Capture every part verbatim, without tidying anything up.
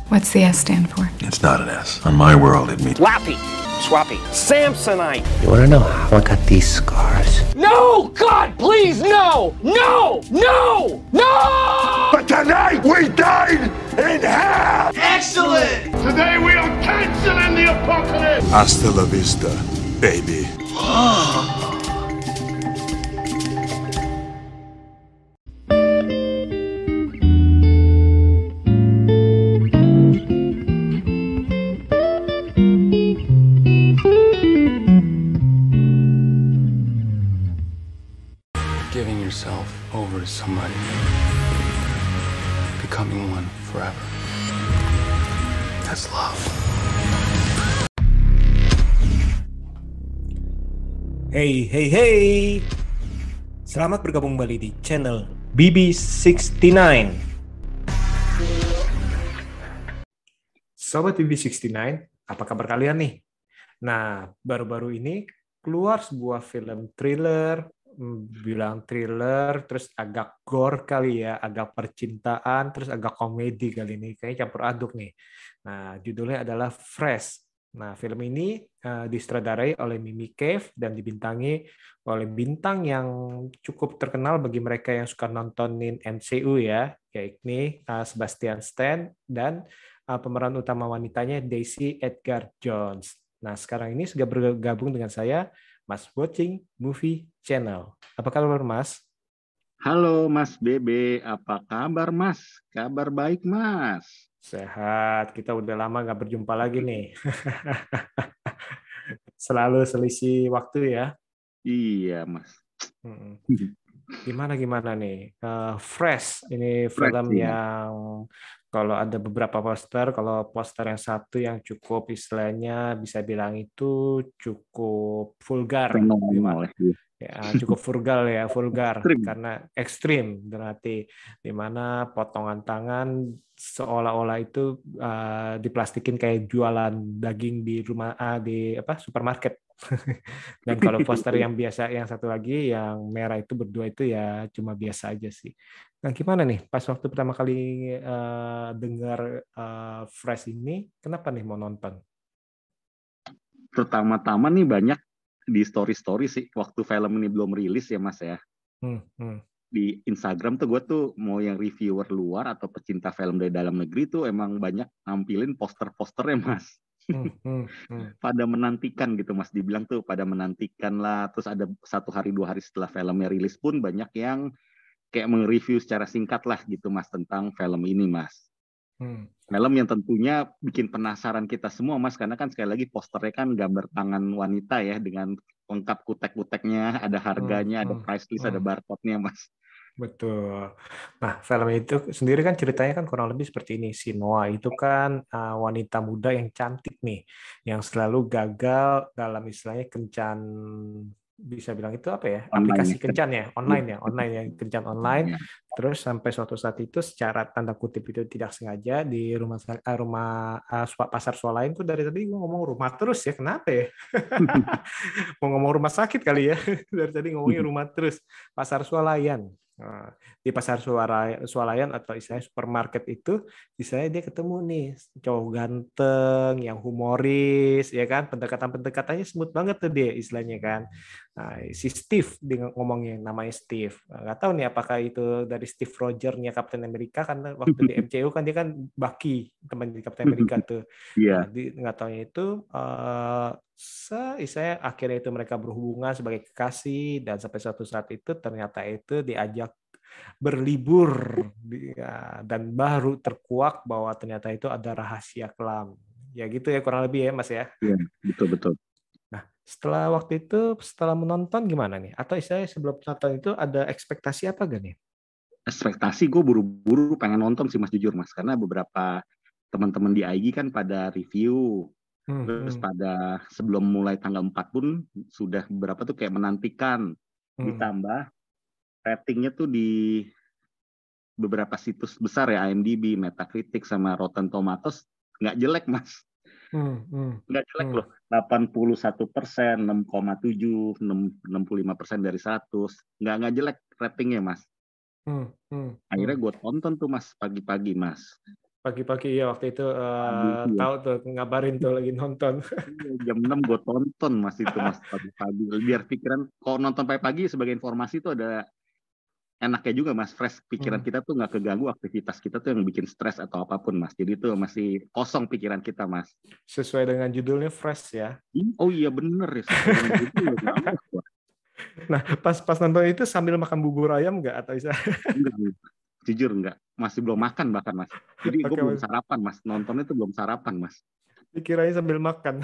What's the S stand for? It's not an S. On my world, it means Lappy, Swappy, Samsonite. You wanna know how I got these scars? No! God, please, no! No! No! No! But tonight we dine in hell! Excellent! Today we are canceling the apocalypse! Hasta la vista, baby. Giving yourself over to somebody, becoming one forever. That's love. Hey, hey, hey. Selamat bergabung kembali di channel B B enam puluh sembilan. Sobat B B enam puluh sembilan, apa kabar kalian nih? Nah, baru-baru ini keluar sebuah film thriller, bilang thriller, terus agak gore kali ya, agak percintaan, terus agak komedi kali ini, kayaknya campur aduk nih. Nah, judulnya adalah Fresh. Nah, film ini uh, disutradarai oleh Mimi Cave dan dibintangi oleh bintang yang cukup terkenal bagi mereka yang suka nontonin M C U ya, yakni uh, Sebastian Stan dan uh, pemeran utama wanitanya Daisy Edgar Jones. Nah, sekarang ini sudah bergabung dengan saya, Mas Watching Movie Channel. Apa kabar, Mas? Halo, Mas Bebe. Apa kabar, Mas? Kabar baik, Mas. Sehat. Kita udah lama nggak berjumpa lagi nih. Selalu selisih waktu ya. Iya, Mas. Gimana gimana nih? Uh, Fresh. Ini Fresh, film ya. yang kalau ada beberapa poster, kalau poster yang satu yang cukup istilahnya bisa bilang itu cukup vulgar. Fenomenal, ya. Ya, cukup vulgar ya, vulgar Ekstrim. karena ekstrim, berarti di mana potongan tangan seolah-olah itu uh, diplastikin kayak jualan daging di rumah uh, di apa supermarket. Dan kalau poster yang biasa, yang satu lagi yang merah itu berdua itu ya cuma biasa aja sih. Nah, gimana nih pas waktu pertama kali uh, dengar uh, Fresh ini, kenapa nih mau nonton? Pertama-tama nih banyak di story-story sih waktu film ini belum rilis ya, Mas ya. Hmm, hmm. Di Instagram tuh gue tuh mau yang reviewer luar atau pecinta film dari dalam negeri tuh emang banyak nampilin poster-posternya, Mas. Hmm, hmm, hmm. Pada menantikan gitu, Mas. Dibilang tuh pada menantikan lah. Terus ada satu hari dua hari setelah filmnya rilis pun banyak yang kayak nge-review secara singkat lah gitu, Mas, tentang film ini, Mas. Hmm. Film yang tentunya bikin penasaran kita semua, Mas, karena kan sekali lagi posternya kan gambar tangan wanita ya, dengan lengkap kutek-kuteknya, ada harganya, Hmm, ada hmm, price list, hmm. ada barcode-nya, Mas. Betul. Nah, film itu sendiri kan ceritanya kan kurang lebih seperti ini. Si Noah itu kan uh, wanita muda yang cantik nih, yang selalu gagal dalam istilahnya kencan, bisa bilang itu apa ya? Online. Aplikasi kencan ya, online ya, online yang kencan online. Ya. Terus sampai suatu saat itu secara tanda kutip itu tidak sengaja di rumah uh, rumah uh, pasar swalayan tuh, dari tadi gue ngomong rumah terus ya, kenapa ya? Mau ngomong rumah sakit kali ya, dari tadi ngomongin rumah terus, pasar swalayan. Nah, di pasar swalayan atau istilahnya supermarket itu, istilahnya dia ketemu nih cowok ganteng yang humoris ya kan, pendekatan-pendekatannya smooth banget tuh dia istilahnya kan. Nah, si Steve dia ngomongnya namanya Steve. Nggak tahu nih apakah itu dari Steve Rogers-nya Captain America, karena waktu di M C U kan dia kan Bucky, teman di Captain America tuh. Iya. Nah, di, nggak taunya itu uh, saya akhirnya itu mereka berhubungan sebagai kekasih, dan sampai suatu saat itu ternyata itu diajak berlibur ya, dan baru terkuak bahwa ternyata itu ada rahasia kelam. Ya gitu ya kurang lebih ya, Mas ya. Iya, betul-betul. Nah, setelah waktu itu, setelah menonton gimana nih? Atau istilahnya sebelum menonton itu ada ekspektasi apa gak nih? Ekspektasi gue buru-buru pengen nonton sih, Mas, jujur, Mas, karena beberapa teman-teman di I G kan pada review. Hmm, Terus hmm, pada sebelum mulai tanggal empat pun sudah beberapa tuh kayak menantikan. hmm, Ditambah ratingnya tuh di beberapa situs besar ya, I M D B, Metacritic, sama Rotten Tomatoes nggak jelek, Mas. hmm, hmm, Nggak jelek hmm. loh. delapan puluh satu persen, enam koma tujuh, enam puluh lima persen dari seratus. Nggak, nggak jelek ratingnya, Mas. Hmm, hmm, Akhirnya hmm. gue tonton tuh, Mas, pagi-pagi, Mas. Pagi-pagi ya waktu itu uh, Pagi, ya. tahu tuh ngabarin tuh lagi nonton. Jam enam gue tonton mas itu mas pagi-pagi. Biar pikiran, kalau nonton pagi-pagi sebagai informasi itu ada enaknya juga mas, fresh pikiran Hmm. kita tuh nggak keganggu aktivitas kita tuh yang bikin stres atau apapun mas. Jadi itu masih kosong pikiran kita mas. Sesuai dengan judulnya fresh ya. Oh iya bener ya. Itu nggak mau. Nah pas pas nonton itu sambil makan bubur ayam nggak atau bisa? Enggak, jujur enggak. Masih belum makan bahkan mas. Jadi gue Oke, belum Mas. sarapan mas. Nontonnya tuh belum sarapan mas. Dikiranya sambil makan.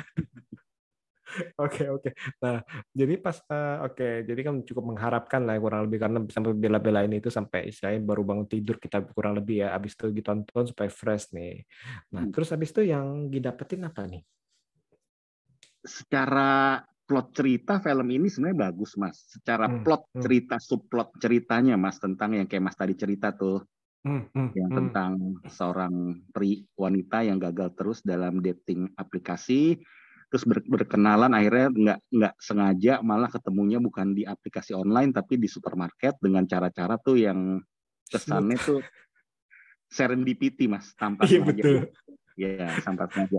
Oke oke. Nah jadi pas eh, oke jadi kan cukup mengharapkan lah kurang lebih karena sampai bela-belain itu sampai istilahnya baru bangun tidur kita kurang lebih ya. Abis itu ditonton supaya fresh nih. Nah Hmm. terus abis itu yang didapetin apa nih? Secara plot cerita film ini sebenarnya bagus mas. Secara Hmm, plot hmm. cerita, subplot ceritanya mas tentang yang kayak mas tadi cerita tuh. Hmm, hmm, Yang hmm. tentang seorang pri wanita yang gagal terus dalam dating aplikasi, terus ber- berkenalan akhirnya nggak nggak sengaja malah ketemunya bukan di aplikasi online tapi di supermarket dengan cara-cara tuh yang kesannya tuh serendipity mas, tanpa Iya sengaja. betul. Ya tanpa sengaja.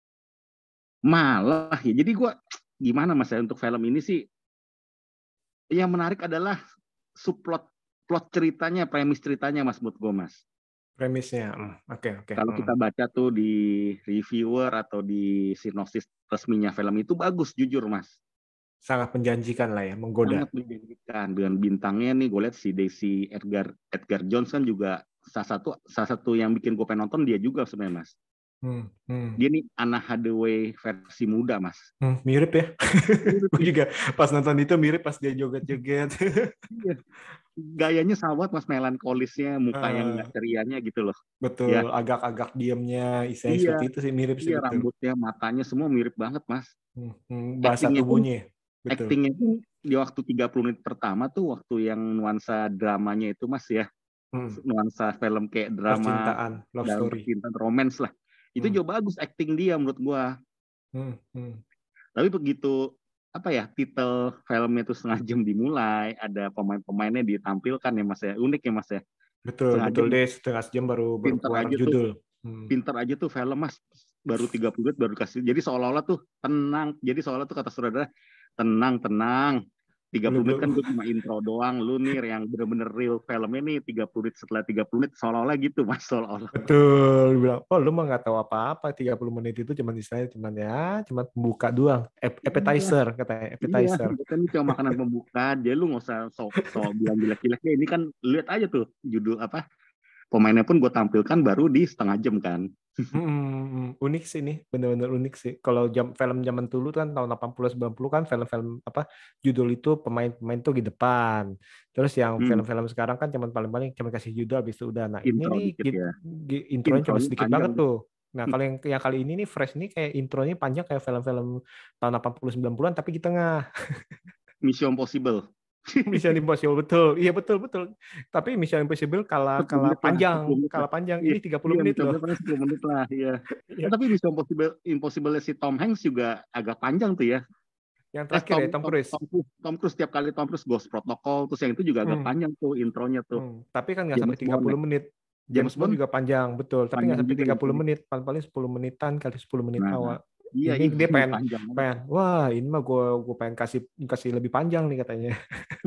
Malah ya jadi gue gimana mas ya untuk film ini sih yang menarik adalah subplot plot ceritanya, premis ceritanya mas menurut gue mas. Premisnya. Hmm, Oke oke. Kalau Hmm. kita baca tuh di reviewer atau di sinopsis resminya film itu bagus jujur mas. Sangat menjanjikan lah ya, menggoda. Sangat menjanjikan dengan bintangnya nih gue lihat si Daisy Edgar Edgar Jones kan juga salah satu salah satu yang bikin gue pengen nonton dia juga sebenarnya mas. Hmm, hmm. Dia nih Anna Hathaway versi muda mas. Hmm, mirip ya. Gue juga pas nonton itu mirip pas dia joget-joget. Gayanya sama banget mas, melankolisnya, muka Ah. yang nggak cerianya gitu loh. Betul, Ya. agak-agak diamnya, istilahnya Iya, seperti itu sih mirip sih Iya betul. rambutnya, matanya semua mirip banget mas. Hmm, hmm, bahasa Actingnya pun- tubuhnya, betul. Actingnya pun di waktu tiga puluh menit pertama tuh waktu yang nuansa dramanya itu mas ya, Hmm, nuansa film kayak drama, percintaan, love dalam story. percintaan, romance lah. Itu Hmm. juga bagus acting dia menurut gua. Hmm, hmm. Tapi begitu apa ya titel filmnya tuh setengah jam dimulai, ada pemain-pemainnya ditampilkan ya mas ya, unik ya mas ya. Betul, Setengah betul jam. deh, setengah jam baru baru Pinter keluar aja tuh. judul. Hmm. Pinter aja tuh film mas, baru tiga puluh menit baru kasih. Jadi seolah-olah tuh tenang, jadi seolah tuh kata saudara tenang tenang. tiga puluh menit kan gue cuma intro doang, lu nih yang bener-bener real filmnya nih tiga puluh menit, setelah tiga puluh menit seolah-olah gitu mas, seolah-olah. Betul, bilang, oh lu mah nggak tahu apa-apa, tiga puluh menit itu cuma istilahnya cuman ya, cuma pembuka doang, Ap- appetizer katanya, appetizer. Iya, kan cuma makanan pembuka, dia lu nggak usah sok sok bilang jelek-jeleknya. Ini kan lihat aja tuh judul apa, pemainnya pun gue tampilkan baru di setengah jam kan. Hmm, unik sih nih, bener-bener unik sih. Kalau jam film zaman dulu kan tahun delapan puluh sembilan puluh kan film-film apa judul itu pemain-pemain tuh di depan. Terus yang Hmm. film-film sekarang kan cuma paling-paling cuma kasih judul habis itu udah. Nah, Intro ini nih dikit gi- ya. gi- intronya cuma Intronya sedikit panjang. banget tuh. Nah, kalau yang yang kali ini nih fresh nih kayak intronya panjang kayak film-film tahun delapan puluh sembilan puluhan tapi di tengah. Mission Impossible. Mission Impossible betul. Iya betul betul. Tapi Mission Impossible kalah sepuluh kalah menit lah, panjang, sepuluh menit kalah lah. panjang. Iya, Ini tiga puluh iya, menit Mission loh. Impossible sepuluh menit lah, iya. Iya. Eh, tapi Mission Impossible, Impossible si Tom Hanks juga agak panjang tuh ya. Yang Eh, terakhir ya Tom Cruise. Tom, Cruise. Tom Cruise tiap kali Tom Cruise Ghost Protocol, terus yang itu juga agak Hmm. panjang tuh intronya tuh. Hmm, tapi kan nggak James sampai tiga puluh Bond, menit. James James Bond Bond juga panjang, betul. Tapi nggak panjang sampai juga tiga puluh itu. menit. Paling-paling sepuluh menitan kali sepuluh menit Nah, awal. Iya, Ini ini dia pengen, panjang. pengen, wah ini mah gue gue pengen kasih kasih lebih panjang nih katanya.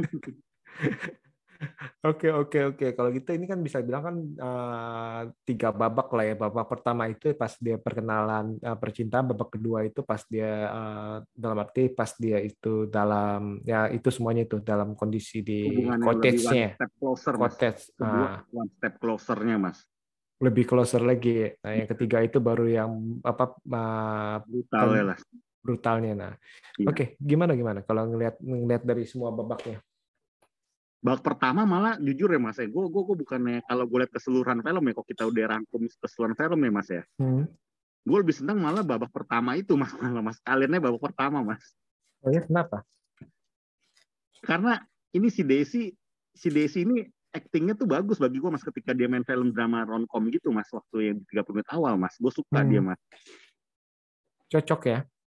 Oke oke oke. Kalau gitu ini kan bisa bilang kan uh, tiga babak lah ya. Babak pertama itu pas dia perkenalan uh, percintaan. Babak kedua itu pas dia uh, dalam arti pas dia itu dalam ya itu semuanya itu dalam kondisi di Hubungannya lebih cottage-nya. one step closer, Mas. Cottage. Kedua, Ah. one step closer-nya, Mas. Lebih closer lagi. Nah, yang ketiga itu baru yang apa uh, Brutal ya lah. brutalnya. Nah, Iya. oke, gimana gimana kalau ngelihat ngelihat dari semua babaknya? Babak pertama malah jujur ya Mas, ya, gue gue gue bukannya kalau gue lihat keseluruhan film ya, kok kita udah rangkum keseluruhan film ya Mas ya, Hmm. gue lebih senang malah babak pertama itu Mas, malah Mas kaliannya babak pertama Mas, Oh ya, kenapa? karena ini si Daisy si Daisy ini actingnya tuh bagus bagi gue Mas, ketika dia main film drama romcom gitu Mas, waktu yang tiga puluh menit awal Mas, gue suka Hmm. dia Mas. Cocok ya?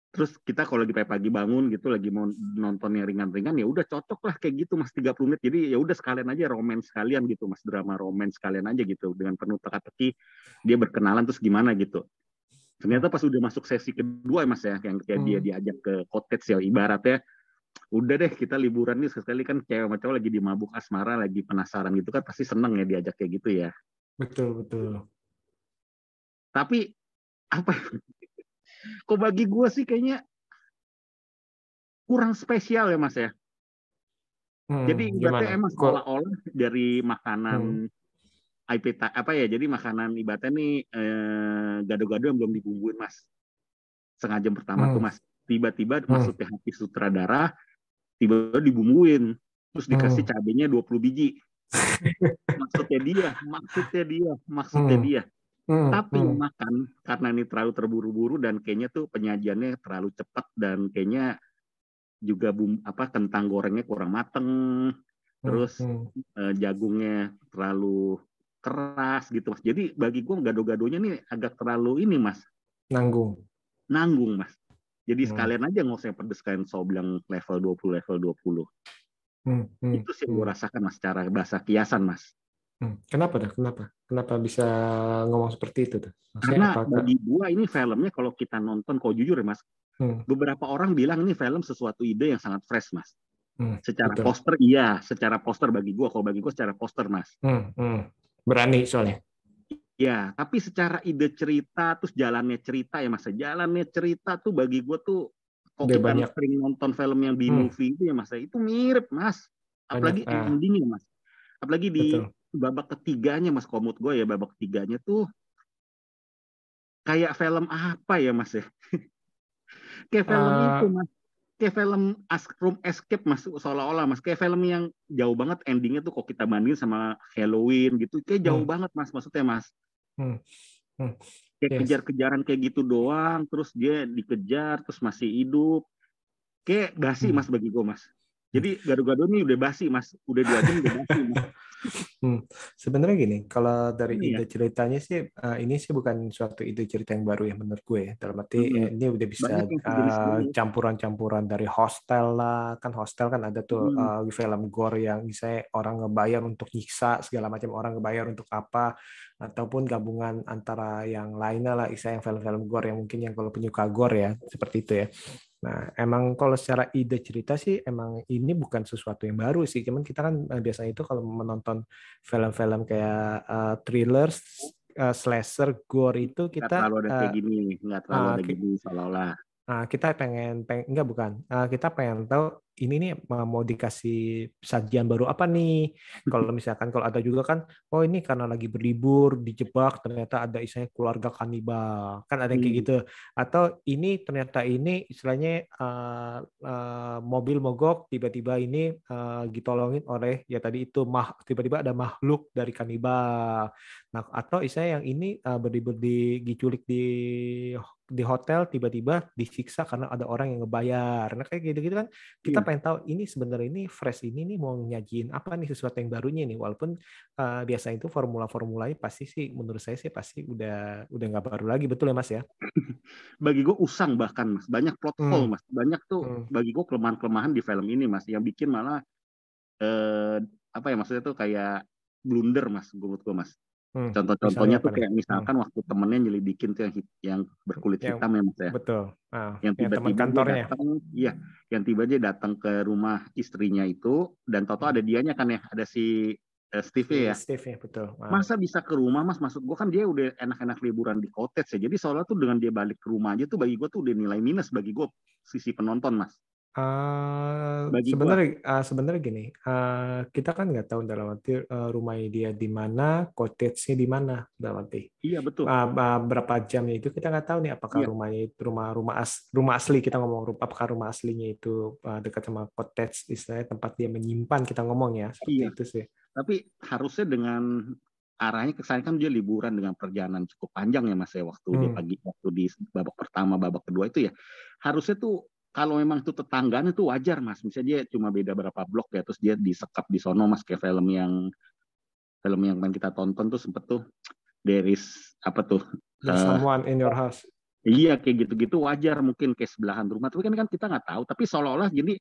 Terus kita kalau lagi pagi bangun gitu, lagi mau nonton yang ringan-ringan, ya udah cocok lah kayak gitu mas, tiga puluh menit. Jadi ya udah sekalian aja romance sekalian gitu mas, drama romance sekalian aja gitu, dengan penuh teka-teki dia berkenalan terus gimana gitu. Ternyata pas udah masuk sesi kedua mas ya, yang kayak hmm. dia diajak ke cottage ya, ibaratnya udah deh kita liburan nih sekali, kan cewek sama cowok lagi di mabuk asmara, lagi penasaran gitu kan, pasti seneng ya diajak kayak gitu ya. Betul betul. Tapi apa? Kok bagi gue sih kayaknya kurang spesial ya mas ya. Hmm, Jadi ibaratnya emang seolah-olah dari makanan hmm. I P T apa ya, jadi makanan ibaratnya nih eh, gado-gado yang belum dibumbuin mas. Setengah jam pertama hmm. tuh mas, tiba-tiba hmm. masuk ke hati sutradara, tiba-tiba dibumbuin, terus dikasih hmm. cabenya dua puluh biji. Maksudnya dia, maksudnya dia, maksudnya hmm. dia. Hmm, Tapi hmm. makan karena ini terlalu terburu-buru dan kayaknya tuh penyajiannya terlalu cepat dan kayaknya juga bum, apa kentang gorengnya kurang mateng, terus hmm, hmm. Eh, jagungnya terlalu keras gitu mas. Jadi bagi gue gado-gadonya nih agak terlalu ini mas. Nanggung. Nanggung mas. Jadi hmm. sekalian aja nggak usah pedes kayak so bilang level dua puluh, level dua puluh. Hmm, hmm, Itu sih hmm. gue rasakan mas secara bahasa kiasan mas. Hmm. Kenapa dah? Kenapa? Kenapa bisa ngomong seperti itu tuh? Maksudnya Karena apakah... bagi gua ini filmnya kalau kita nonton, kalau jujur ya mas, hmm. beberapa orang bilang ini film sesuatu ide yang sangat fresh mas. Hmm. Secara Betul. poster iya, secara poster bagi gua, kalau bagi gua secara poster mas. Hmm. Hmm. Berani soalnya. Ya, tapi secara ide cerita, terus jalannya cerita ya mas, jalannya cerita tuh bagi gua tuh, kalau kita banyak. sering nonton film yang di hmm. movie itu ya mas, itu mirip mas. Apalagi banyak, endingnya mas. Apalagi di Betul. babak ketiganya mas, komut gue ya, babak ketiganya tuh kayak film apa ya mas ya, kayak film uh, itu mas, kayak film Room Escape mas, seolah-olah mas, kayak film yang jauh banget endingnya tuh, kok kita bandingin sama Halloween gitu, kayak jauh hmm. banget mas, maksudnya mas, hmm. Hmm. kayak yes. kejar-kejaran kayak gitu doang, terus dia dikejar terus masih hidup, kayak basi hmm. mas bagi gue mas. Jadi gado-gado ini udah basi mas, udah dua jam udah basi mas. Hmm. Sebenarnya gini, kalau dari ini ide ya. ceritanya sih, uh, ini sih bukan suatu ide cerita yang baru ya menurut gue. Dalam arti hmm. eh, ini udah bisa uh, campuran-campuran dari Hostel lah, kan Hostel kan ada tuh hmm. uh, film gore yang misalnya orang ngebayar untuk nyiksa segala macam, orang ngebayar untuk apa, ataupun gabungan antara yang lainnya lah, misalnya yang film-film gore yang mungkin yang kalau penyuka gore ya seperti itu ya. Nah, emang kalau secara ide cerita sih emang ini bukan sesuatu yang baru sih. Cuman kita kan biasanya itu kalau menonton film-film kayak uh, thriller, uh, slasher, gore itu kita nggak terlalu ada kayak uh, gini, nggak terlalu uh, ada gini seolah-olah. Uh, kita pengen, pengen enggak bukan, uh, kita pengen tahu ini nih mau dikasih sajian baru apa nih. Kalau misalkan kalau ada juga kan, oh ini karena lagi berlibur dijebak ternyata ada istilahnya keluarga kanibal, kan ada yang kayak gitu. Atau ini ternyata ini istilahnya uh, uh, mobil mogok tiba-tiba ini uh, ditolongin oleh ya tadi itu mah tiba-tiba ada makhluk dari kanibal. Nah, atau istilahnya yang ini uh, berlibur di diculik di di hotel tiba-tiba disiksa karena ada orang yang ngebayar. Nah kayak gitu-gitu kan kita yeah. pengen tahu ini sebenarnya ini fresh ini nih mau nyajiin apa nih, sesuatu yang barunya nih, walaupun uh, biasanya itu formula-formulanya pasti sih menurut saya sih pasti udah udah nggak baru lagi, betul ya mas ya? Bagi gue usang bahkan mas, banyak plot hole hmm. mas, banyak tuh hmm. bagi gue kelemahan-kelemahan di film ini mas, yang bikin malah eh, apa ya maksudnya tuh kayak blunder mas, menurut gue mas. Hmm. Contoh-contohnya tuh kayak misalkan hmm. waktu temennya nyelidikin tuh yang, yang berkulit yang, hitam ya mas ya. Betul. Ah, yang tiba-tiba dia datang, iya, yang tiba dia datang ke rumah istrinya itu dan toto ada dianya kan ya, ada si uh, Steve ya. Steve ya, betul. Ah. Masa bisa ke rumah mas? Maksud gue kan dia udah enak-enak liburan di cottage ya. Jadi soalnya tuh dengan dia balik ke rumah aja tuh bagi gue tuh udah nilai minus bagi gue sisi penonton mas. Uh, sebenarnya uh, sebenarnya gini, uh, kita kan nggak tahu dalam arti uh, rumah dia di mana, cottage-nya di mana dalam arti. Iya betul. Uh, uh, berapa jamnya itu kita nggak tahu nih, apakah iya. rumahnya itu rumah rumah as rumah asli kita ngomong, apakah rumah aslinya itu uh, dekat sama cottage, istilahnya tempat dia menyimpan kita ngomong ya, seperti iya. itu sih. Tapi harusnya dengan arahnya kesannya kan dia liburan dengan perjalanan cukup panjang ya mas ya, waktu hmm. dia pagi waktu di babak pertama babak kedua itu ya harusnya tuh. Kalau memang itu tetangganya itu wajar mas, misalnya dia cuma beda berapa blok ya, terus dia disekap di sono mas, kayak film yang film yang kita tonton tuh sempet tuh there is apa tuh uh, someone in your house. Iya, kayak gitu-gitu wajar mungkin kayak sebelahan rumah. Tapi kan kan kita nggak tahu. Tapi seolah-olah jadi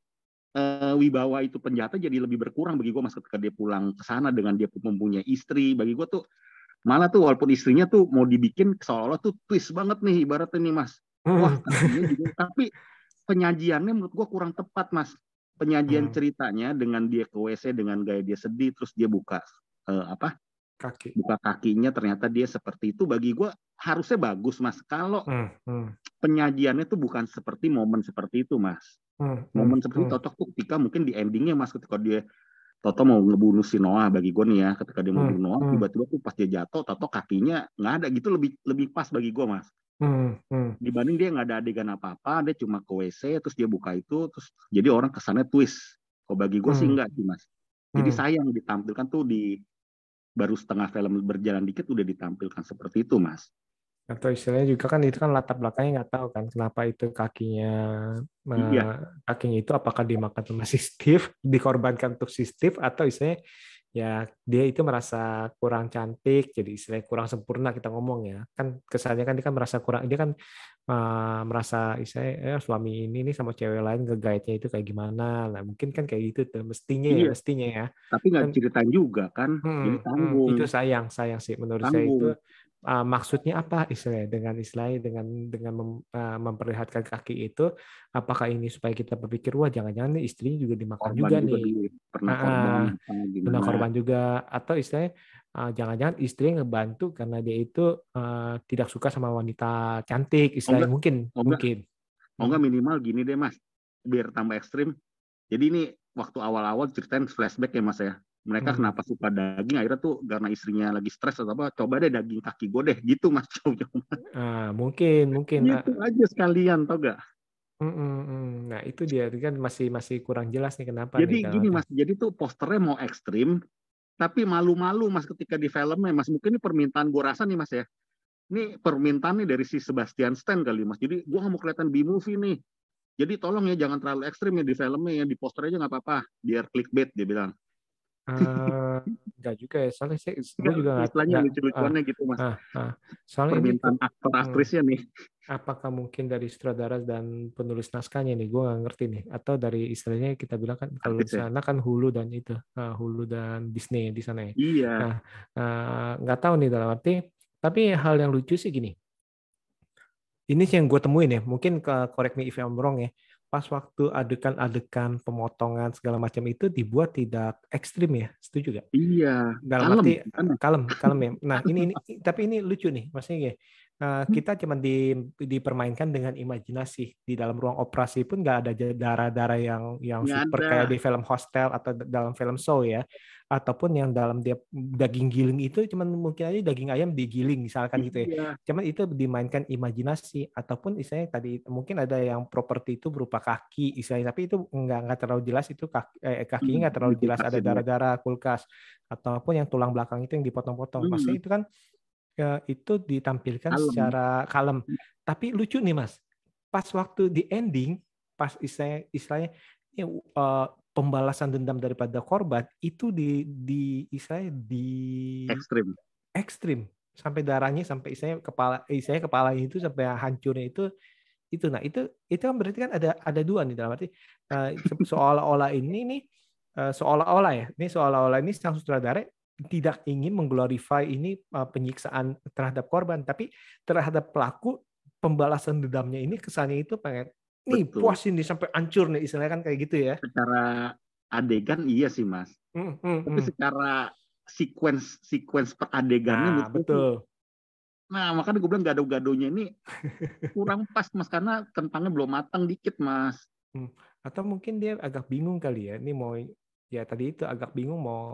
eh, wibawa itu penjata jadi lebih berkurang bagi gue mas ketika dia pulang ke sana dengan dia mempunyai istri. Bagi gue tuh malah tuh walaupun istrinya tuh mau dibikin seolah-olah tuh twist banget nih ibaratnya nih mas. Wah, juga, tapi penyajiannya menurut gue kurang tepat mas. Penyajian hmm. ceritanya dengan dia ke W C dengan gaya dia sedih terus dia buka eh, apa kaki buka kakinya ternyata dia seperti itu bagi gue harusnya bagus mas kalau hmm. Hmm. penyajiannya tuh bukan seperti momen seperti itu mas. Hmm. Momen hmm. seperti hmm. Toto tuh ketika mungkin di endingnya mas ketika dia Toto mau ngebunuh si Noah bagi gue nih ya ketika dia mau hmm. bunuh Noah hmm. tiba-tiba tuh pas dia jatuh Toto kakinya nggak ada gitu lebih lebih pas bagi gue mas. Hmm, hmm. Dibanding dia nggak ada adegan apa-apa, dia cuma ke W C, terus dia buka itu, terus jadi orang kesannya twist. Kok bagi gue hmm. sih enggak sih mas. Jadi hmm. sayang ditampilkan tuh di baru setengah film berjalan dikit udah ditampilkan seperti itu mas. Atau istilahnya juga kan itu kan latar belakangnya nggak tahu kan kenapa itu kakinya iya. kakinya itu apakah dimakan sama si Steve, dikorbankan untuk si Steve atau istilahnya ya dia itu merasa kurang cantik jadi istilahnya kurang sempurna kita ngomong ya kan kesannya kan dia kan merasa kurang dia kan uh, merasa istilahnya eh, suami ini nih sama cewek lain nge-guide-nya itu kayak gimana lah mungkin kan kayak gitu tuh mestinya iya. ya mestinya ya tapi nggak kan, ceritain juga kan hmm, jadi tanggung hmm, itu sayang sayang sih menurut tanggung. Saya itu Uh, maksudnya apa istilahnya dengan istilahnya dengan dengan mem, uh, memperlihatkan kaki itu apakah ini supaya kita berpikir wah jangan-jangan nih istrinya juga dimakan korban juga, juga nih di, pernah uh, korban pernah korban juga atau istilahnya uh, jangan-jangan istrinya ngebantu karena dia itu uh, tidak suka sama wanita cantik istilahnya oh, mungkin oh, mungkin oh enggak minimal gini deh mas biar tambah ekstrim jadi ini waktu awal-awal ceritain flashback ya mas ya mereka hmm. kenapa suka daging akhirnya tuh karena istrinya lagi stres atau apa coba deh daging kaki gue deh gitu mas coba ah, mungkin mungkin itu aja sekalian tau gak mm-mm. Nah itu dia kan masih masih kurang jelas nih kenapa jadi nih, gini mas jadi tuh posternya mau ekstrim tapi malu-malu mas ketika di filmnya mas mungkin ini permintaan gue rasa nih mas ya ini permintaan nih dari si Sebastian Stan kali mas jadi gue gak mau kelihatan B-movie nih jadi tolong ya jangan terlalu ekstrim ya di filmnya ya di posternya aja nggak apa-apa biar clickbait dia bilang Uh, enggak juga ya soalnya saya gue juga nggak istilahnya lucu-lucuannya uh, gitu mas uh, uh. Soalnya permintaan ini, aktor aktrisnya nih apakah mungkin dari sutradara dan penulis naskahnya nih gue nggak ngerti nih atau dari istilahnya kita bilang kan kalau di sana kan Hulu dan itu uh, Hulu dan Disney di sana ya iya nah uh, nggak tahu nih dalam arti tapi hal yang lucu sih gini ini sih yang gue temuin ya mungkin ke correct me if I'm wrong ya pas waktu adegan-adegan pemotongan segala macam itu dibuat tidak ekstrim ya, setuju gak? Iya. Dalam kalem, arti kalem, kalem ya. Nah ini, ini tapi ini lucu nih, maksudnya uh, kita cuma di, dipermainkan dengan imajinasi di dalam ruang operasi pun nggak ada darah-darah yang yang nggak super ada. Kayak di film Hostel atau dalam film Saw ya, ataupun yang dalam dia daging giling itu cuman mungkin aja daging ayam digiling misalkan gitu ya. Iya. Cuman itu dimainkan imajinasi ataupun istilahnya tadi mungkin ada yang properti itu berupa kaki istilahnya tapi itu nggak nggak terlalu jelas itu kaki eh, kakinya nggak terlalu jelas ada darah-darah kulkas ataupun yang tulang belakang itu yang dipotong-potong. Maksudnya itu kan ya, itu ditampilkan kalem. Secara kalem. Tapi lucu nih mas, pas waktu di ending pas istilahnya istilahnya ya, uh, pembalasan dendam daripada korban itu di di istilahnya di ekstrim ekstrim sampai darahnya sampai istilahnya kepala istilahnya kepalanya itu sampai hancurnya itu itu nah itu itu kan berarti kan ada ada dua nih dalam arti uh, seolah-olah ini nih uh, seolah-olah ya ini seolah-olah ini sang sutradara tidak ingin mengglorify ini uh, penyiksaan terhadap korban tapi terhadap pelaku pembalasan dendamnya ini kesannya itu pengen nih betul. Puas ini sampai hancur nih istilahnya kan kayak gitu ya. Secara adegan iya sih mas. Hmm, hmm, Tapi hmm. secara sequence sequence per adegannya nah, betul. Nah makanya gue bilang gado-gadonya ini kurang pas mas karena kentangnya belum matang dikit mas. Hmm. Atau mungkin dia agak bingung kali ya. Ini mau ya tadi itu agak bingung mau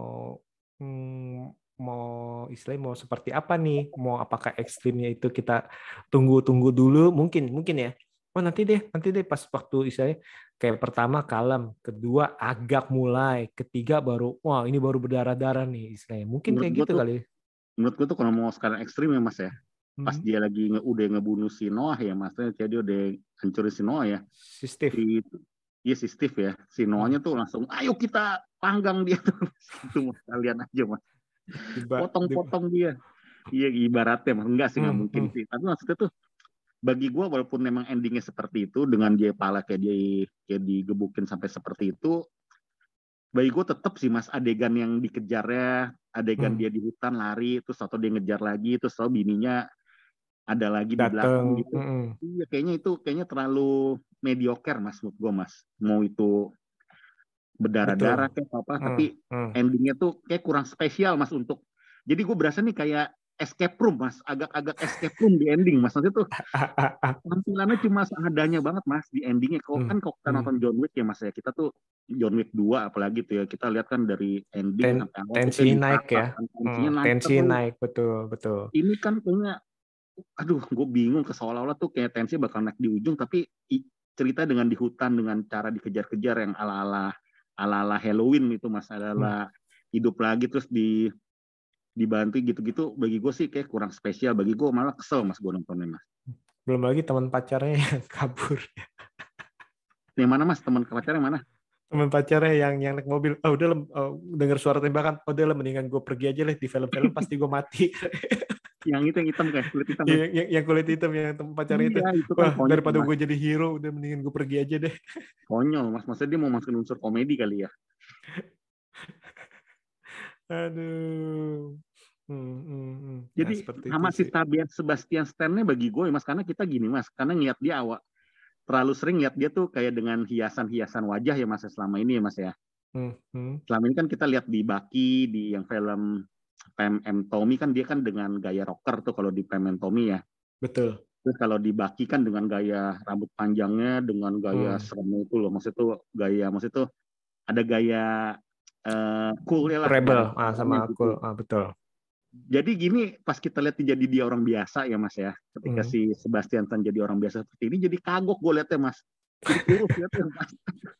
hmm, mau istilahnya mau seperti apa nih? Mau apakah ekstrimnya itu kita tunggu-tunggu dulu mungkin mungkin ya. Oh nanti deh, nanti deh pas waktu istilahnya kayak pertama kalem, kedua agak mulai, ketiga baru wah ini baru berdarah-darah nih istilahnya. Mungkin menurut kayak gitu tuh, kali. Menurut gue tuh kalau mau sekarang ekstrim ya mas ya, hmm. pas dia lagi nge, udah ngebunuh si Noah ya mas, jadi dia udah hancurin si Noah ya. Si Steve. Iya si Steve ya, si Noahnya tuh langsung, ayo kita panggang dia tuh, itu mas kalian aja mas, potong-potong dia. Iya ibaratnya mas, enggak sih nggak hmm, mungkin hmm. sih, tapi maksudnya tuh bagi gue walaupun memang endingnya seperti itu dengan dia pala kayak dia kayak digebukin sampai seperti itu, bagi gue tetap sih mas adegan yang dikejarnya, adegan Hmm. dia di hutan lari terus atau dia ngejar lagi terus atau bininya ada lagi di belakang Dateng. gitu. Mm-mm. Iya kayaknya itu kayaknya terlalu mediocre mas menurut gue mas. Mau itu berdarah-darah kayak apa, Hmm. tapi Hmm. endingnya tuh kayak kurang spesial mas untuk. Jadi gue berasa nih kayak escape room mas, agak-agak escape room di ending mas. Nanti tuh tampilannya cuma seadanya banget mas di endingnya. Kok Hmm. kan kalau kita Hmm. nonton John Wick ya mas ya, kita tuh John Wick dua apalagi tuh ya, kita lihat kan dari ending Ten- sampai awal tuh tensi kayak naik ditata, ya. kan, tensinya Hmm. naik Tensi terus. naik betul betul. Ini kan kayaknya, aduh gue bingung ke seolah-olah tuh kayak tensi bakal naik di ujung, tapi i- cerita dengan di hutan dengan cara dikejar-kejar yang ala-ala ala-ala Halloween itu mas, ala-ala hidup lagi terus di dibantu gitu-gitu, bagi gue sih kayak kurang spesial. Bagi gue malah kesel mas gue nontonnya mas. Belum lagi teman pacarnya yang kabur. Yang mana mas, teman pacarnya yang mana? Teman pacarnya yang yang naik mobil. Oh udah lah, oh, dengar suara tembakan. Oh udah lah, mendingan gue pergi aja lah, di film-film pasti gue mati. Yang itu yang hitam kayak kulit hitam. yang, yang, yang kulit hitam yang teman pacarnya itu. Iya, itu kan Wah konyol, daripada mas. gue jadi hero, udah mendingan gue pergi aja deh. Konyol mas, maksudnya dia mau masukin unsur komedi kali ya. Aduh. Hmm, hmm, hmm. Jadi Nah, seperti sama itu si sih. Sebastian Sebastian Stan-nya bagi gue mas, karena kita gini mas, karena ngeliat dia awak terlalu sering lihat dia tuh kayak dengan hiasan-hiasan wajah ya mas selama ini ya mas ya. Hmm, hmm. Selama ini kan kita lihat di Bucky, di yang film Pam and Tommy kan dia kan dengan gaya rocker tuh kalau di Pam and Tommy ya. Betul. Terus kalau di Bucky kan dengan gaya rambut panjangnya, dengan gaya Hmm. seremnya itu loh. Maksudnya tuh gaya, maksudnya tuh ada gaya uh, cool ya lah. Rebel gaya ah, sama gitu. cool. Ah, betul. Jadi gini, pas kita lihat dia jadi dia orang biasa ya mas ya. Ketika Hmm. si Sebastian Stan jadi orang biasa seperti ini, jadi kagok gue liatnya mas. Jadi kurus liatnya mas.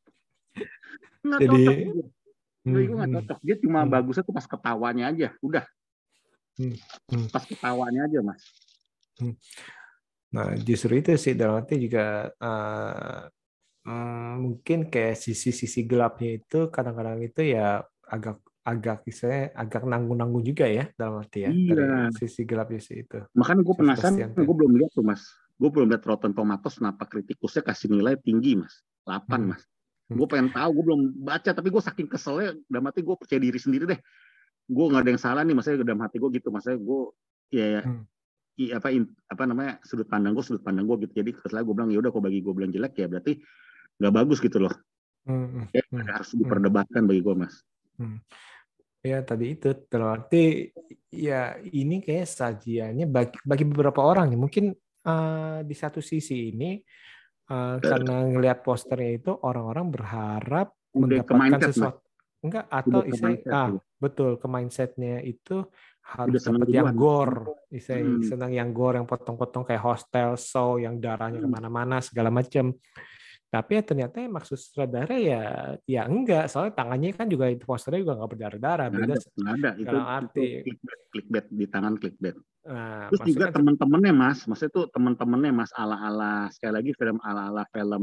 Nggak Jadi cocok. Gitu. hmm, Gue nggak hmm, cocok. Dia cuma hmm. bagusnya tuh pas ketawanya aja. Udah. Hmm, hmm. Pas ketawanya aja mas. Hmm. Nah, justru itu sih dalam arti juga uh, hmm, mungkin kayak sisi-sisi gelapnya itu kadang-kadang itu ya agak agak istilahnya agak nanggung-nanggung juga ya dalam arti ya Iya. dari sisi gelapnya sih itu. Makanya gue penasaran, Sebastian Stan. gue belum lihat tuh mas. Gue belum lihat Rotten Tomatoes kenapa kritikusnya kasih nilai tinggi mas. delapan Hmm. mas. Gue pengen tahu, gue belum baca, tapi gue saking keselnya, dalam hati gue percaya diri sendiri deh. Gue nggak ada yang salah nih, maksudnya dalam hati gue gitu, maksudnya gue ya, ya Hmm. i, apa in, apa namanya sudut pandang gue sudut pandang gue gitu. Jadi setelah gue bilang ya udah, kok bagi gue bilang jelek ya berarti nggak bagus gitu loh. Hmm. Ya, Hmm. harus diperdebatkan bagi gue mas. Hmm. Ya tadi itu dalam arti ya ini kayak sajiannya bagi bagi beberapa orang ya mungkin uh, di satu sisi ini uh, karena ngelihat posternya itu orang-orang berharap Udah ke mendapatkan mindset, sesuatu enggak atau Udah ke istilahnya mindset, ah tuh. betul ke mindsetnya itu harus Udah seneng dapat yang duluan. gore, istilahnya Hmm. senang yang gore yang potong-potong kayak Hostel, Saw yang darahnya Hmm. kemana-mana segala macam. Tapi ya ternyata yang maksud sutradara ya ya enggak, soalnya tangannya kan juga itu posternya juga nggak berdarah-darah, Nggak beda ada, nggak ada. Itu, dalam itu arti. clickbait, clickbait di tangan clickbait. Nah, Terus juga maksudnya teman-temannya mas, maksudnya tuh teman-temannya mas ala-ala sekali lagi film ala-ala film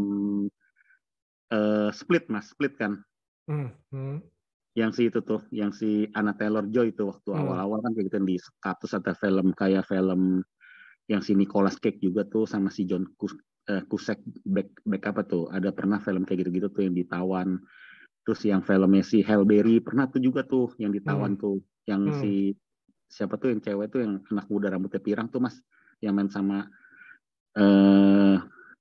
uh, Split mas, Split kan, hmm, hmm, yang si itu tuh, yang si Anna Taylor-Joy itu waktu Hmm. awal-awal kan kayak gitu di status ada film kayak film yang si Nicolas Cage juga tuh sama si John Cus- eh, Cusack back, back apa tuh, ada pernah film kayak gitu-gitu tuh yang ditawan. Terus yang filmnya si Halle Berry pernah tuh juga tuh yang ditawan Hmm. tuh, yang Hmm. si siapa tuh yang cewek tuh yang anak muda rambutnya pirang tuh mas, yang main sama eh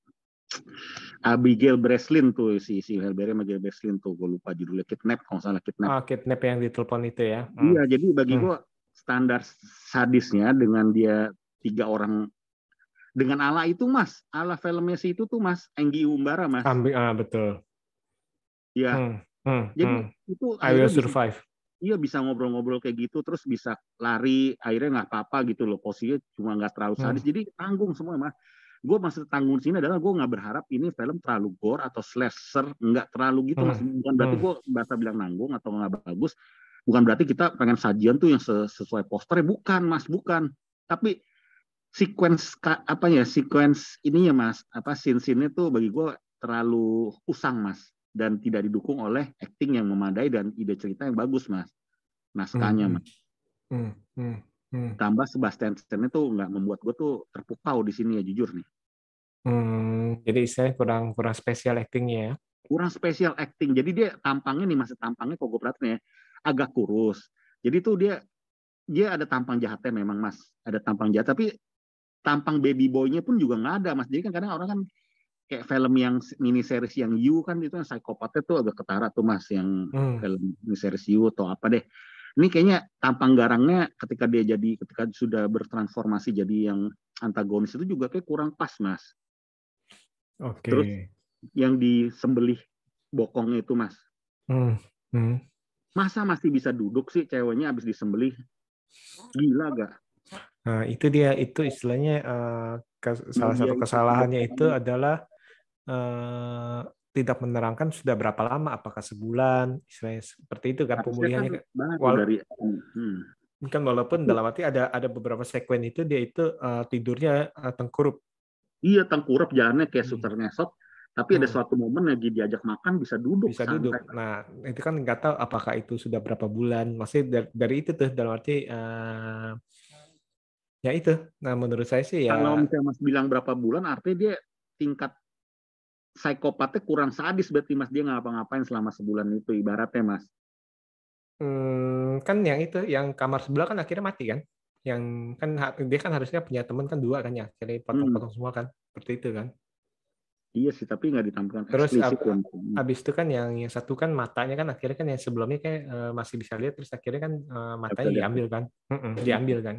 Abigail Breslin tuh, si si Halle Berry sama Abigail Breslin tuh, gue lupa judulnya, Kidnap kalau nggak salah, Kidnap. ah, kidnap yang ditelepon itu ya. Hmm. Iya, jadi bagi Hmm. gue standar sadisnya dengan dia tiga orang dengan ala itu mas, ala filmnya si itu tuh mas, Anggi Umbara mas. Ambil, ah, betul. Iya. Hmm. Hmm. Jadi hmm. itu I will akhirnya bisa, survive. iya bisa ngobrol-ngobrol kayak gitu, terus bisa lari, akhirnya nggak apa-apa gitu loh, posisinya cuma nggak terlalu sadis, Hmm. jadi tanggung semua mas. Gue maksud tanggung sini adalah gue nggak berharap ini film terlalu gore atau slasher, nggak terlalu gitu mas. Hmm. Bukan berarti Hmm. gue bahasa bilang nanggung atau nggak bagus, bukan berarti kita pengen sajian tuh yang sesuai posternya, bukan mas, bukan. Tapi sequence apa ya, sequence ini ya mas, apa scene-scene tuh bagi gue terlalu usang mas, dan tidak didukung oleh acting yang memadai dan ide cerita yang bagus mas, naskahnya Hmm. mas. Hmm. Hmm. Hmm. Tambah Sebastian Stan itu nggak membuat gue tuh terpukau di sini ya, jujur nih. Hmm, jadi istilahnya kurang kurang spesial actingnya ya. Kurang spesial acting. Jadi dia tampangnya nih, masih tampangnya kok gue perhatiin ya, agak kurus. Jadi tuh dia dia ada tampang jahatnya memang Mas, ada tampang jahat. Tapi tampang baby boy-nya pun juga nggak ada Mas. Jadi kan kadang orang kan kayak film yang mini series yang You kan itu yang psikopatnya tuh agak ketara tuh Mas, yang hmm. film mini series You atau apa deh. Ini kayaknya tampang garangnya ketika dia jadi ketika sudah bertransformasi jadi yang antagonis itu juga kayak kurang pas Mas. Oke. Okay. Terus yang disembelih bokongnya itu Mas. Hmm. Hmm. Masa masih bisa duduk sih ceweknya habis disembelih? Gila gak? Nah, itu dia, itu istilahnya uh, kes, salah satu kesalahannya itu adalah uh, tidak menerangkan sudah berapa lama, apakah sebulan, istilahnya seperti itu kan pemulihannya. Kan wala dari, hmm. kan walaupun dalam arti ada ada beberapa sekuen itu dia itu uh, tidurnya uh, tengkurup. Iya tengkurup, jalannya kayak suter ngesot. Tapi ada hmm. suatu momen lagi diajak makan bisa duduk. Bisa santai. Duduk. Nah, itu kan nggak tahu apakah itu sudah berapa bulan. Maksudnya dari, dari itu tuh dalam arti uh, ya itu. Nah, menurut saya sih ya. Kalau misalnya Mas bilang berapa bulan, artinya dia tingkat psikopatnya kurang sadis berarti Mas, dia ngapa-ngapain selama sebulan itu ibaratnya Mas. Hmm, kan yang itu, yang kamar sebelah kan akhirnya mati kan. Yang kan dia kan harusnya punya teman kan dua kan ya. Jadi potong-potong hmm. semua kan. Seperti itu kan. Iya sih, tapi nggak ditampilkan terus eksplisit. Terus abis itu kan yang yang satu kan matanya kan akhirnya kan yang sebelumnya kayak uh, masih bisa lihat, terus akhirnya kan uh, matanya Betul, diambil kan, uh-uh, diambil kan.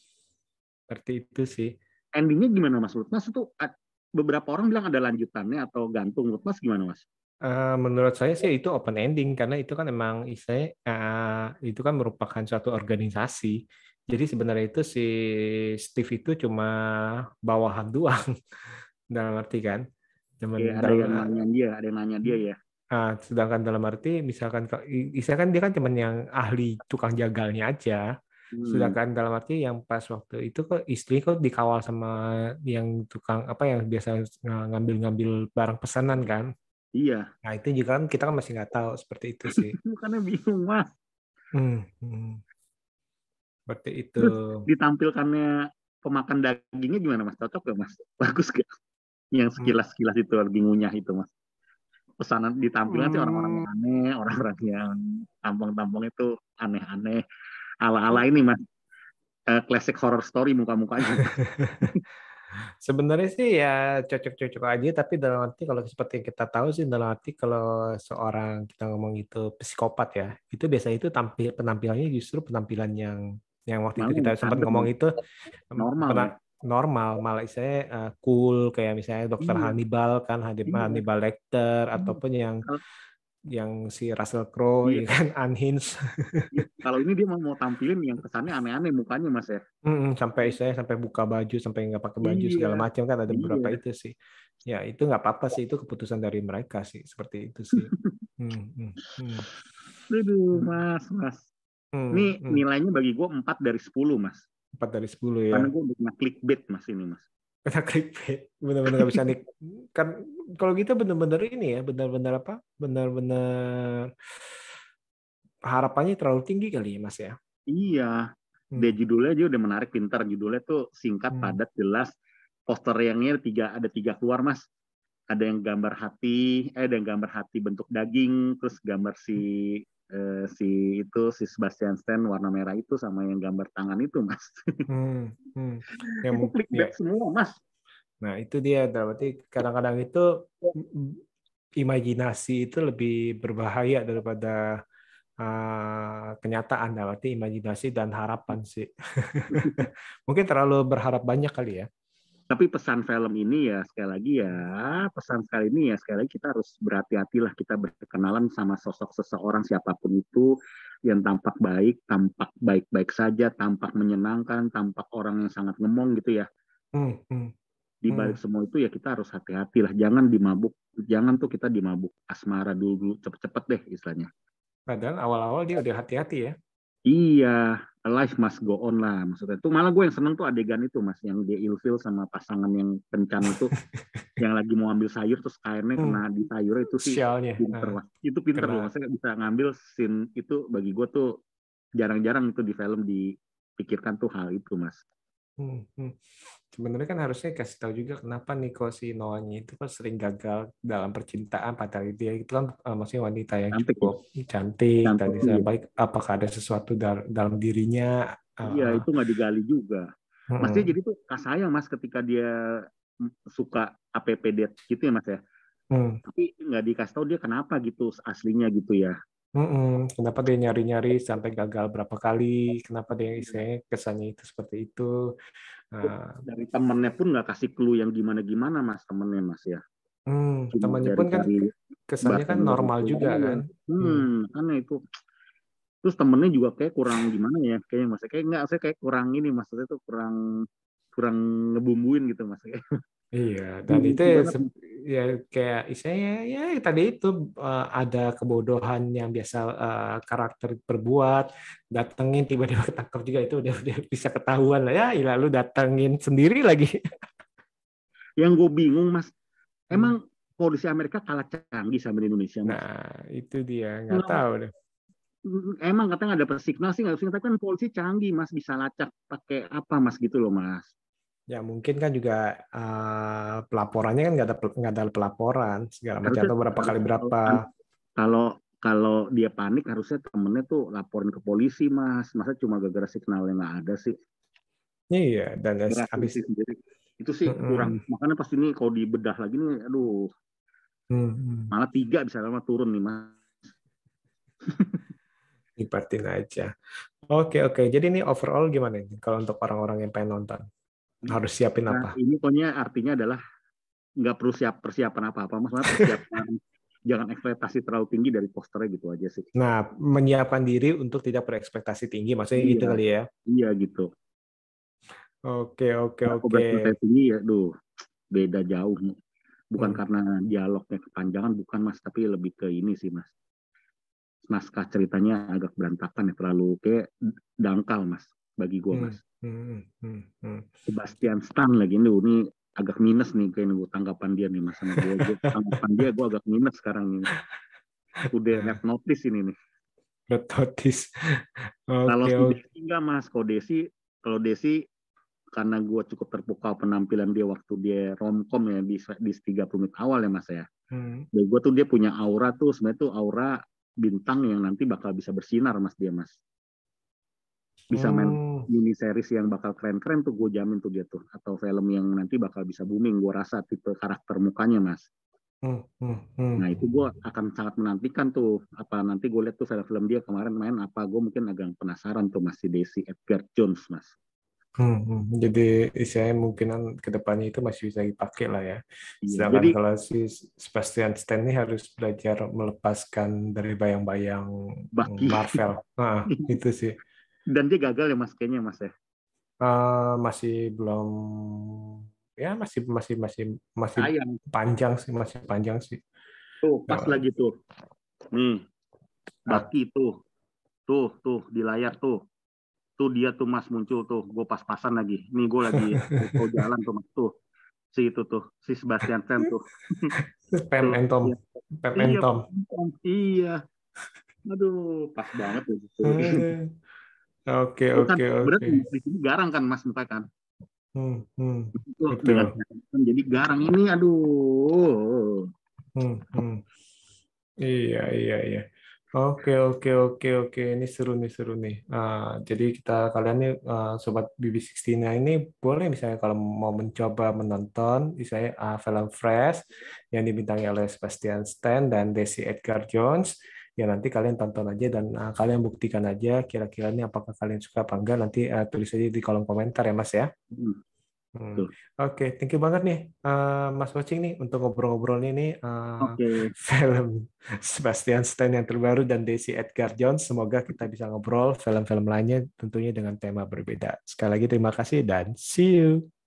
Seperti itu sih. Endingnya gimana Mas? Mas itu beberapa orang bilang ada lanjutannya atau gantung. Menurut Mas gimana Mas? Uh, menurut saya sih itu open ending karena itu kan emang istilahnya uh, itu kan merupakan suatu organisasi. Jadi sebenarnya itu si Steve itu cuma bawahan doang dalam arti kan. Teman ya, ada yang nanya dia, ada yang nanya dia ya. Nah, sedangkan dalam arti misalkan, misalkan dia kan teman yang ahli tukang jagalnya aja. Hmm. Sedangkan dalam arti yang pas waktu itu kok istri kok dikawal sama yang tukang apa yang biasa ngambil-ngambil barang pesanan kan. Iya. Nah itu juga kan kita kan masih nggak tahu seperti itu sih. Bukannya bingung Mas. Hmm. Hmm. Seperti itu. Terus ditampilkannya pemakan dagingnya gimana Mas? Cocok gak Mas? Bagus gak? Yang sekilas-sekilas itu lagi ngunyah itu Mas. Pesanan ditampilkan sih orang-orang yang aneh, orang-orang yang tampang-tampang itu aneh-aneh. Ala-ala ini Mas. Uh, classic horror story muka-mukanya. Sebenarnya sih ya cocok-cocok aja, tapi dalam arti kalau seperti yang kita tahu sih dalam arti kalau seorang kita ngomong itu psikopat ya, itu biasanya itu tampil penampilannya justru penampilan yang yang waktu Malu, itu kita sempat ngomong itu normal. Pernah, normal malah saya uh, cool kayak misalnya dokter hmm. Hannibal kan Hannibal, hmm. Hannibal Lecter hmm. ataupun yang hmm. yang si Russell Crowe iya. kan unhinged. Kalau ini dia mau, mau tampilin yang kesannya aneh-aneh mukanya Mas ya. Hmm, sampai saya sampai buka baju sampai nggak pakai baju iya. segala macam kan ada beberapa iya. itu sih. Ya itu nggak apa-apa sih, itu keputusan dari mereka sih seperti itu sih. hmm, hmm, hmm. Aduh Mas, Mas. Hmm, ini hmm. nilainya bagi gue empat dari sepuluh Mas. empat dari sepuluh ya. Karena gue udah kena clickbait Mas ini Mas. Kena clickbait. Benar-benar gak bisa nik. Kan kalau gitu benar-benar ini ya, benar-benar apa? Benar-benar harapannya terlalu tinggi kali ya Mas ya. Iya. Hmm. Dia judulnya aja udah menarik, pintar. Judulnya tuh singkat, hmm. padat, jelas. Poster yangnya tiga ada tiga keluar Mas. Ada yang gambar hati, eh ada yang gambar hati bentuk daging, terus gambar si Uh, si itu si Sebastian Stan warna merah itu sama yang gambar tangan itu Mas. Hmm, hmm. Yang itu clickbait ya. Semua Mas. Nah itu dia, berarti kadang-kadang itu imajinasi itu lebih berbahaya daripada uh, kenyataan. Berarti imajinasi dan harapan sih. Mungkin terlalu berharap banyak kali ya. Tapi pesan film ini ya sekali lagi ya pesan sekali ini ya sekali lagi kita harus berhati-hatilah kita berkenalan sama sosok seseorang siapapun itu yang tampak baik, tampak baik-baik saja, tampak menyenangkan, tampak orang yang sangat ngemong gitu ya. Hmm, hmm, Di balik hmm. semua itu ya kita harus hati-hatilah, jangan dimabuk, jangan tuh kita dimabuk asmara dulu, cepet-cepet deh istilahnya. Padahal awal-awal dia udah hati-hati ya. Iya, life must go on lah maksudnya. Itu malah gue yang seneng tuh adegan itu Mas, yang dia ilfil sama pasangan yang kencan itu, yang lagi mau ambil sayur terus airnya hmm. kena di sayurnya itu sih. Sialnya. Pinter lah. Uh, itu pinter loh, maksudnya bisa ngambil scene itu bagi gue tuh jarang-jarang itu di film dipikirkan tuh hal itu Mas. Hmm, hmm. Sebenarnya kan harusnya kasih tahu juga kenapa nih kok si Noahnya itu kan sering gagal dalam percintaan, padahal dia itu kan uh, maksudnya wanita yang Cantik ya. cukup cantik dan Cantik bisa iya. baik. Apakah ada sesuatu dar- dalam dirinya? Iya, Uh, itu nggak digali juga. hmm, Masnya jadi tuh kak sayang Mas ketika dia suka A P P date gitu ya Mas ya. hmm, Tapi nggak dikasih tahu dia kenapa gitu aslinya gitu ya. hmm. Kenapa dia nyari-nyari sampai gagal berapa kali? Kenapa dia istilahnya kesannya itu seperti itu? Uh, Dari temennya pun nggak kasih clue yang gimana-gimana Mas, temennya Mas ya. hmm, Cuma temannya dari pun kan cari kesannya kan bartender normal itu juga aja. kan? Hmm. Hmm, karena itu. Terus temennya juga kayak kurang gimana ya, kayaknya Mas. Kayak nggak, saya kayak kurang ini maksudnya tuh kurang kurang ngebumbuin gitu Mas. Iya, dan itu ya, se- ya kayak istilahnya ya tadi itu uh, ada kebodohan yang biasa uh, karakter berbuat, datengin tiba-tiba ketangkep juga itu udah udah bisa ketahuan lah ya, ih, lalu datengin sendiri lagi. Yang gue bingung Mas, emang polisi Amerika kalah canggih sama di Indonesia Mas? Nah, itu dia nggak tahu deh. Emang katanya nggak ada signal sih, nggak usah, tapi kan polisi canggih Mas, bisa lacak pakai apa Mas gitu loh Mas. Ya mungkin kan juga uh, pelaporannya kan nggak ada nggak ada pelaporan segala macam atau berapa kali berapa. Kalau kalau dia panik harusnya temennya tuh laporin ke polisi Mas. Masa cuma gara-gara signalnya nggak ada sih? Iya, dan habis sendiri itu sih mm-mm. kurang. Makanya pas ini kalau dibedah lagi nih, aduh, mm-mm. malah tiga bisa lama turun nih Mas. Nipatin aja. Oke oke. Jadi ini overall gimana nih kalau untuk orang-orang yang pengen nonton? Harus siapin Nah, apa? ini pokoknya artinya adalah nggak perlu siap persiapan apa-apa, maksudnya persiapan jangan ekspektasi terlalu tinggi dari posternya gitu aja sih. Nah, menyiapkan diri untuk tidak berekspektasi tinggi, maksudnya iya, gitu kali ya? Iya gitu. Oke oke nah, oke. Berekspektasi tinggi ya, duh, beda jauh. Bukan hmm. karena dialognya kepanjangan, bukan Mas, tapi lebih ke ini sih Mas. Naskah ceritanya agak berantakan ya, terlalu kayak dangkal Mas bagi gue Mas. Hmm, hmm, hmm. Sebastian Stan lagi nih, ini agak minus nih kayak gue tanggapan dia nih Mas sama gue. gue tanggapan dia gue agak minus sekarang nih. Udah red notice ini nih. Red notice. Okay, kalau okay. Desi enggak Mas, kalau Desi, kalau Desi karena gue cukup terpukau penampilan dia waktu dia romcom ya di di tiga puluh menit awal ya Mas ya. Hmm. Dan gue tuh dia punya aura tuh sebenarnya tuh aura bintang yang nanti bakal bisa bersinar Mas dia Mas. Bisa main hmm. mini series yang bakal keren-keren tuh gue jamin tuh dia tuh, atau film yang nanti bakal bisa booming gue rasa tipe karakter mukanya Mas. Hmm. Hmm. Hmm. Nah itu gue akan sangat menantikan tuh apa nanti gue lihat tuh film-film dia kemarin main apa, gue mungkin agak penasaran tuh Mas si Desi Edgar Jones Mas. Hmm. Jadi saya mungkinan kedepannya itu masih bisa dipakai lah ya. Iya, sedangkan jadi, kalau si Sebastian Stan ini harus belajar melepaskan dari bayang-bayang Bucky. Marvel. Nah, itu sih. Dan dia gagal ya Mas kayaknya Mas ya. Uh, masih belum ya masih masih masih masih Sayang. panjang sih masih panjang sih. Tuh pas uh, lagi tuh. Nih. Bucky tuh. Tuh tuh di layar tuh. Tuh dia tuh Mas muncul tuh. Gue pas-pasan lagi. Nih gue lagi mau jalan tuh Mas tuh. Si itu tuh si Sebastian Stan tuh. Pam and Tom. Pam and Tom. Iya. Aduh, pas banget tuh. Oke oke oke. Berarti di sini garang kan Mas muka kan? Hmm, hmm, betul. Jadi garang ini aduh. Hmm, hmm. Iya iya iya. Oke oke oke oke ini seru nih seru nih. Uh, jadi kita kalian nih uh, sobat B B enam puluh sembilan ini boleh misalnya kalau mau mencoba menonton misalnya uh, film Fresh yang dibintangi oleh Sebastian Stan dan Desi Edgar Jones. Ya nanti kalian tonton aja dan uh, kalian buktikan aja kira-kira ini apakah kalian suka apa enggak, nanti uh, tulis aja di kolom komentar ya Mas ya. Hmm. Hmm. Oke, okay, thank you banget nih uh, Mas Watching nih untuk ngobrol-ngobrol ini uh, okay. Film Sebastian Stan yang terbaru dan Desi Edgar Jones. Semoga kita bisa ngobrol film-film lainnya tentunya dengan tema berbeda. Sekali lagi terima kasih dan see you.